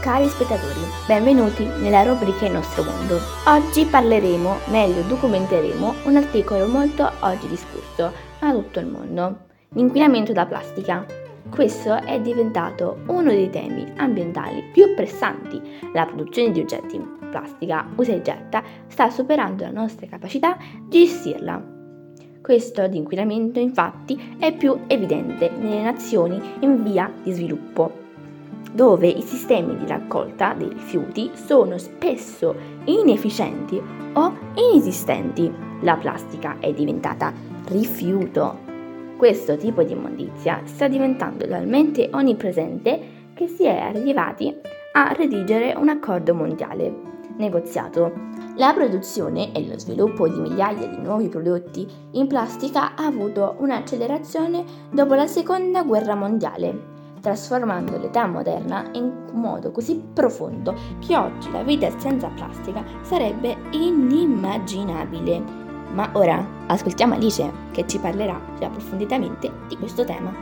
Cari spettatori, benvenuti nella rubrica Il nostro mondo. Oggi parleremo, meglio documenteremo, un articolo molto oggi discusso da tutto il mondo, l'inquinamento da plastica. Questo è diventato uno dei temi ambientali più pressanti. La produzione di oggetti in plastica usa e getta sta superando la nostra capacità di gestirla. Questo di inquinamento infatti è più evidente nelle nazioni in via di sviluppo, dove i sistemi di raccolta dei rifiuti sono spesso inefficienti o inesistenti. La plastica è diventata rifiuto. Questo tipo di immondizia sta diventando talmente onnipresente che si è arrivati a redigere un accordo mondiale negoziato. La produzione e lo sviluppo di migliaia di nuovi prodotti in plastica ha avuto un'accelerazione dopo la Seconda Guerra Mondiale, trasformando l'età moderna in un modo così profondo che oggi la vita senza plastica sarebbe inimmaginabile. Ma ora ascoltiamo Alice, che ci parlerà più approfonditamente di questo tema.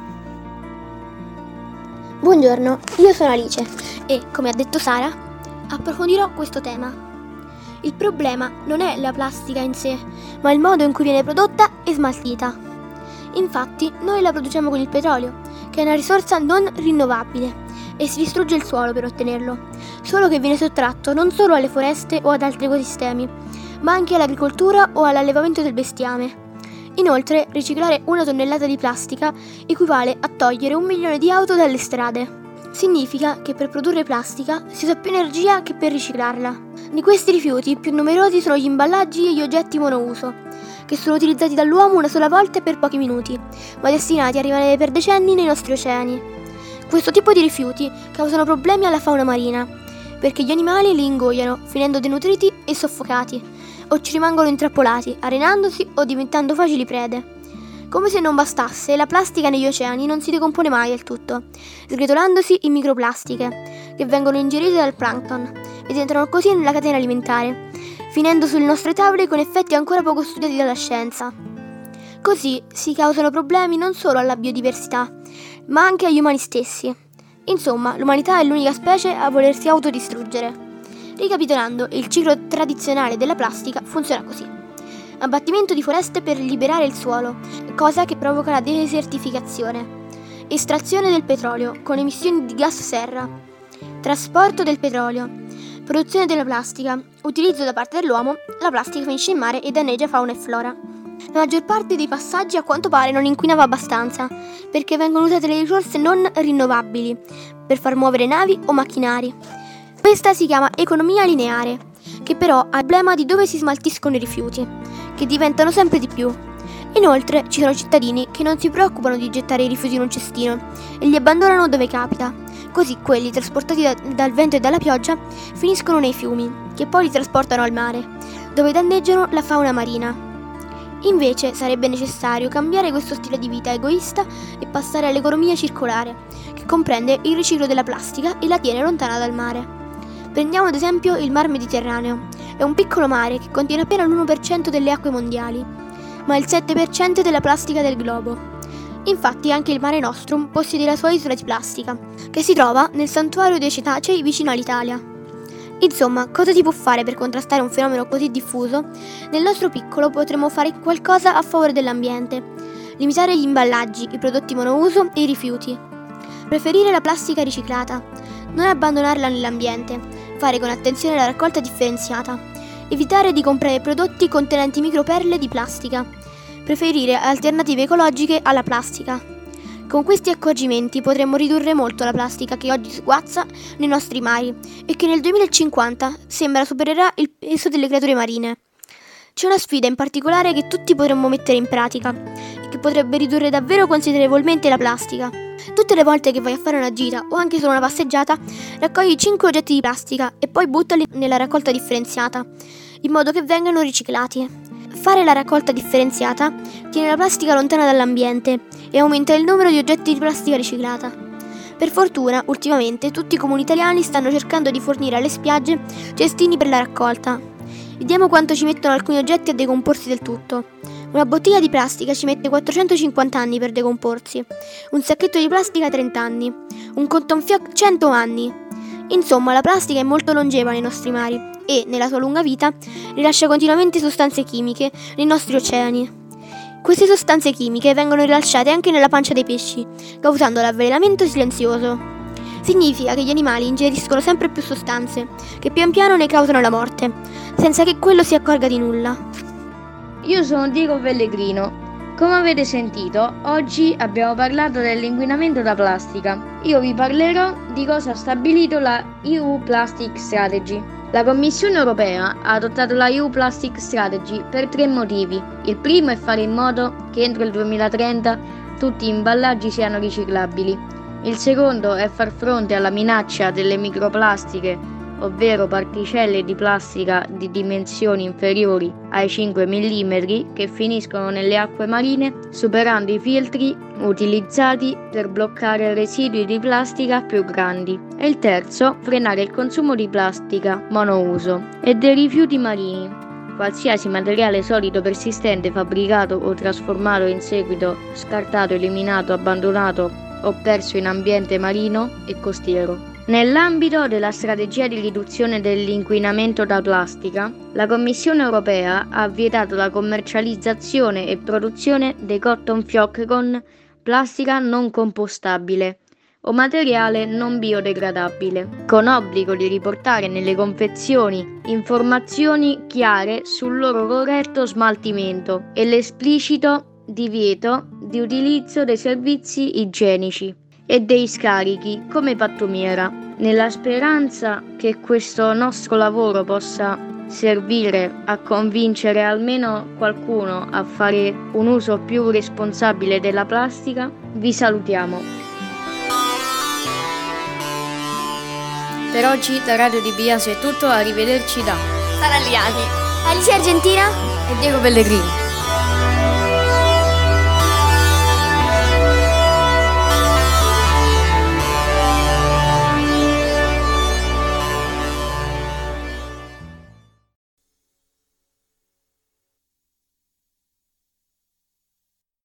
Buongiorno, io sono Alice e, come ha detto Sara, approfondirò questo tema. Il problema non è la plastica in sé, ma il modo in cui viene prodotta e smaltita. Infatti, noi la produciamo con il petrolio, che è una risorsa non rinnovabile, e si distrugge il suolo per ottenerlo, solo che viene sottratto non solo alle foreste o ad altri ecosistemi, ma anche all'agricoltura o all'allevamento del bestiame. Inoltre, riciclare 1 tonnellata di plastica equivale a togliere 1 milione di auto dalle strade. Significa che per produrre plastica si usa più energia che per riciclarla. Di questi rifiuti, più numerosi sono gli imballaggi e gli oggetti monouso, che sono utilizzati dall'uomo una sola volta e per pochi minuti, ma destinati a rimanere per decenni nei nostri oceani. Questo tipo di rifiuti causano problemi alla fauna marina, perché gli animali li ingoiano, finendo denutriti e soffocati, o ci rimangono intrappolati, arenandosi o diventando facili prede. Come se non bastasse, la plastica negli oceani non si decompone mai del tutto, sgretolandosi in microplastiche, che vengono ingerite dal plankton ed entrano così nella catena alimentare, finendo sulle nostre tavole con effetti ancora poco studiati dalla scienza. Così si causano problemi non solo alla biodiversità, ma anche agli umani stessi. Insomma, l'umanità è l'unica specie a volersi autodistruggere. Ricapitolando, il ciclo tradizionale della plastica funziona così. Abbattimento di foreste per liberare il suolo, cosa che provoca la desertificazione. Estrazione del petrolio, con emissioni di gas serra. Trasporto del petrolio. Produzione della plastica. Utilizzo da parte dell'uomo, la plastica finisce in mare e danneggia fauna e flora. La maggior parte dei passaggi a quanto pare non inquinava abbastanza, perché vengono usate le risorse non rinnovabili per far muovere navi o macchinari. Questa si chiama economia lineare, che però ha il problema di dove si smaltiscono i rifiuti, che diventano sempre di più. Inoltre ci sono cittadini che non si preoccupano di gettare i rifiuti in un cestino e li abbandonano dove capita. Così quelli trasportati dal vento e dalla pioggia finiscono nei fiumi, che poi li trasportano al mare, dove danneggiano la fauna marina. Invece sarebbe necessario cambiare questo stile di vita egoista e passare all'economia circolare, che comprende il riciclo della plastica e la tiene lontana dal mare. Prendiamo ad esempio il Mar Mediterraneo. È un piccolo mare che contiene appena l'1% delle acque mondiali, ma il 7% della plastica del globo. Infatti anche il Mare Nostrum possiede la sua isola di plastica, che si trova nel santuario dei Cetacei vicino all'Italia. Insomma, cosa si può fare per contrastare un fenomeno così diffuso? Nel nostro piccolo potremmo fare qualcosa a favore dell'ambiente. Limitare gli imballaggi, i prodotti monouso e i rifiuti. Preferire la plastica riciclata. Non abbandonarla nell'ambiente. Fare con attenzione la raccolta differenziata. Evitare di comprare prodotti contenenti microperle di plastica. Preferire alternative ecologiche alla plastica. Con questi accorgimenti potremmo ridurre molto la plastica che oggi sguazza nei nostri mari e che nel 2050 sembra supererà il peso delle creature marine. C'è una sfida in particolare che tutti potremmo mettere in pratica e che potrebbe ridurre davvero considerevolmente la plastica. Tutte le volte che vai a fare una gita o anche solo una passeggiata, raccogli 5 oggetti di plastica e poi buttali nella raccolta differenziata, in modo che vengano riciclati. Fare la raccolta differenziata tiene la plastica lontana dall'ambiente e aumenta il numero di oggetti di plastica riciclata. Per fortuna, ultimamente, tutti i comuni italiani stanno cercando di fornire alle spiagge cestini per la raccolta. Vediamo quanto ci mettono alcuni oggetti a decomporsi del tutto. Una bottiglia di plastica ci mette 450 anni per decomporsi, un sacchetto di plastica 30 anni, un cotton fioc 100 anni. Insomma, la plastica è molto longeva nei nostri mari e, nella sua lunga vita, rilascia continuamente sostanze chimiche nei nostri oceani. Queste sostanze chimiche vengono rilasciate anche nella pancia dei pesci, causando l'avvelenamento silenzioso. Significa che gli animali ingeriscono sempre più sostanze, che pian piano ne causano la morte, senza che quello si accorga di nulla. Io sono Diego Pellegrino. Come avete sentito, oggi abbiamo parlato dell'inquinamento da plastica. Io vi parlerò di cosa ha stabilito la EU Plastic Strategy. La Commissione europea ha adottato la EU Plastic Strategy per 3 motivi. Il primo è fare in modo che entro il 2030 tutti gli imballaggi siano riciclabili. Il secondo è far fronte alla minaccia delle microplastiche, ovvero particelle di plastica di dimensioni inferiori ai 5 mm che finiscono nelle acque marine, superando i filtri utilizzati per bloccare residui di plastica più grandi. E il terzo, frenare il consumo di plastica monouso e dei rifiuti marini. Qualsiasi materiale solido persistente fabbricato o trasformato in seguito scartato, eliminato, abbandonato o perso in ambiente marino e costiero. Nell'ambito della strategia di riduzione dell'inquinamento da plastica, la Commissione europea ha vietato la commercializzazione e produzione dei cotton fioc con plastica non compostabile o materiale non biodegradabile, con obbligo di riportare nelle confezioni informazioni chiare sul loro corretto smaltimento e l'esplicito divieto di utilizzo dei servizi igienici e dei scarichi come pattumiera, nella speranza che questo nostro lavoro possa servire a convincere almeno qualcuno a fare un uso più responsabile della plastica. Vi salutiamo. Per oggi da Radio di Biasi è tutto, arrivederci da Sara Liani, Alice Argentina e Diego Pellegrini.